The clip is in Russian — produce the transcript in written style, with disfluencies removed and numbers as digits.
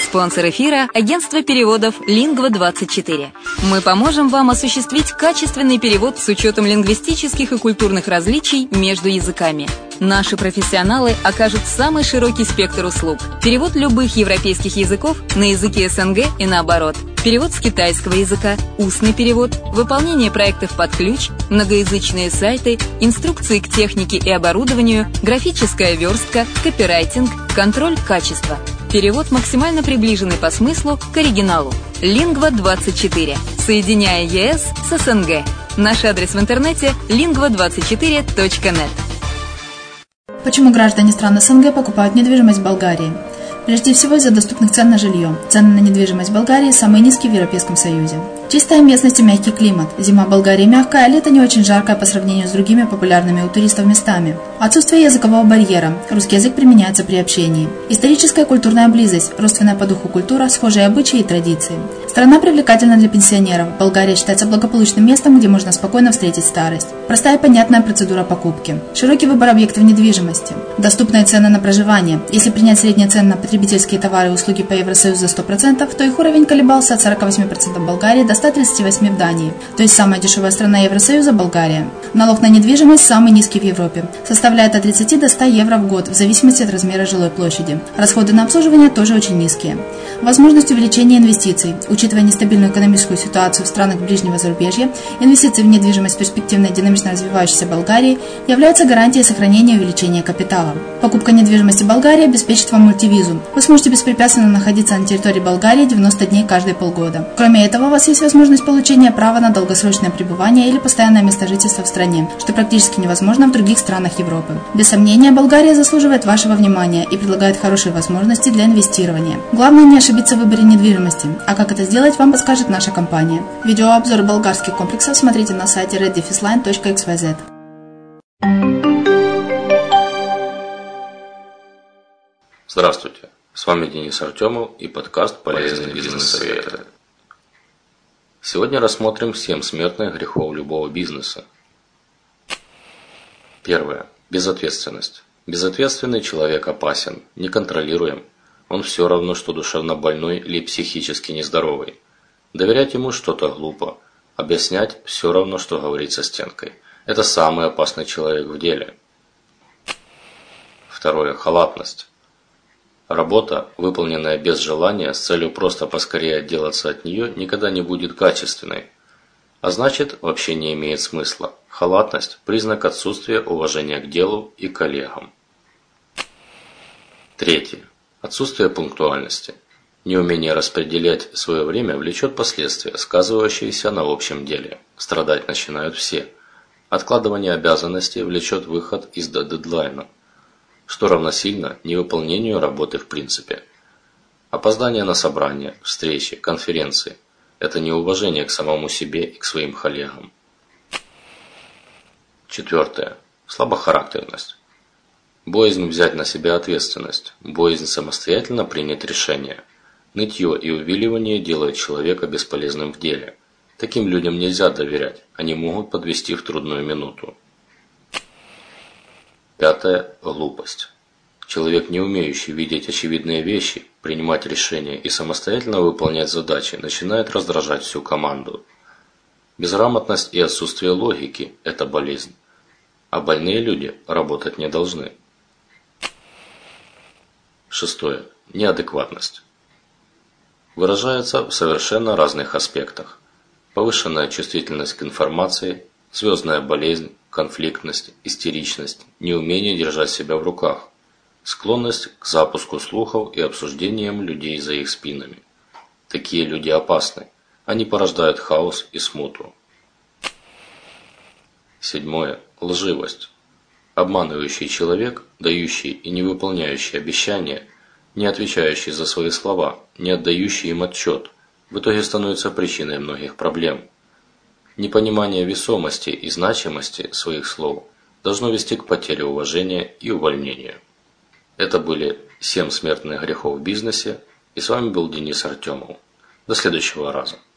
Спонсор эфира – агентство переводов Lingva24. Мы поможем вам осуществить качественный перевод с учетом лингвистических и культурных различий между языками. Наши профессионалы окажут самый широкий спектр услуг. Перевод любых европейских языков на языки СНГ и наоборот. Перевод с китайского языка, устный перевод, выполнение проектов под ключ, многоязычные сайты, инструкции к технике и оборудованию, графическая верстка, копирайтинг, контроль качества. Перевод максимально приближенный по смыслу к оригиналу. Lingva24. Соединяя ЕС с СНГ. Наш адрес в интернете lingva24.net. Почему граждане стран СНГ покупают недвижимость в Болгарии? Прежде всего из-за доступных цен на жилье. Цены на недвижимость в Болгарии самые низкие в Европейском Союзе. Чистая местность и мягкий климат. Зима в Болгарии мягкая, а лето не очень жаркое по сравнению с другими популярными у туристов местами. Отсутствие языкового барьера. Русский язык применяется при общении. Историческая и культурная близость. Родственная по духу культура, схожие обычаи и традиции. Страна привлекательна для пенсионеров. Болгария считается благополучным местом, где можно спокойно встретить старость. Простая и понятная процедура покупки. Широкий выбор объектов недвижимости. Доступные цены на проживание. Если принять средние цены на потребительские товары и услуги по Евросоюзу за 100%, то их уровень колебался от 48% в Болгарии до 138% в Дании. То есть самая дешевая страна Евросоюза – Болгария. Налог на недвижимость самый низкий в Европе. Составляет от 30 до 100 евро в год, в зависимости от размера жилой площади. Расходы на обслуживание тоже очень низкие. Возможность увеличения инвестиций. Учитывая нестабильную экономическую ситуацию в странах ближнего зарубежья, инвестиции в недвижимость в перспективной динамично развивающейся Болгарии являются гарантией сохранения и увеличения капитала. Покупка недвижимости в Болгарии обеспечит вам мультивизу. Вы сможете беспрепятственно находиться на территории Болгарии 90 дней каждые полгода. Кроме этого, у вас есть возможность получения права на долгосрочное пребывание или постоянное место жительства в стране, что практически невозможно в других странах Европы. Без сомнения, Болгария заслуживает вашего внимания и предлагает хорошие возможности для инвестирования. Главное не ошибиться в выборе недвижимости, а как это сделать, вам подскажет наша компания. Видеообзор болгарских комплексов смотрите на сайте reddefisline.xyz. Здравствуйте, с вами Денис Артемов и подкаст «Полезные бизнес-советы». Сегодня рассмотрим 7 смертных грехов любого бизнеса. Первое. Безответственность. Безответственный человек опасен, неконтролируем. Он все равно, что душевно больной или психически нездоровый. Доверять ему что-то глупо. Объяснять все равно, что говорить со стенкой. Это самый опасный человек в деле. Второе. Халатность. Работа, выполненная без желания, с целью просто поскорее отделаться от нее, никогда не будет качественной. А значит, вообще не имеет смысла. Халатность – признак отсутствия уважения к делу и коллегам. Третье. Отсутствие пунктуальности. Неумение распределять свое время влечет последствия, сказывающиеся на общем деле. Страдать начинают все. Откладывание обязанностей влечет выход из дедлайна, что равносильно невыполнению работы в принципе. Опоздание на собрания, встречи, конференции – это неуважение к самому себе и к своим коллегам. Четвертое. Слабохарактерность. Боязнь взять на себя ответственность, боязнь самостоятельно принять решение. Нытье и увиливание делают человека бесполезным в деле. Таким людям нельзя доверять, они могут подвести в трудную минуту. Пятое. Глупость. Человек, не умеющий видеть очевидные вещи, принимать решения и самостоятельно выполнять задачи, начинает раздражать всю команду. Безграмотность и отсутствие логики – это болезнь. А больные люди работать не должны. Шестое. Неадекватность. Выражается в совершенно разных аспектах. Повышенная чувствительность к информации, звездная болезнь, конфликтность, истеричность, неумение держать себя в руках, склонность к запуску слухов и обсуждениям людей за их спинами. Такие люди опасны. Они порождают хаос и смуту. Седьмое. Лживость. Обманывающий человек, дающий и не выполняющий обещания, не отвечающий за свои слова, не отдающий им отчет, в итоге становится причиной многих проблем. Непонимание весомости и значимости своих слов должно вести к потере уважения и увольнению. Это были 7 смертных грехов в бизнесе, и с вами был Денис Артемов. До следующего раза.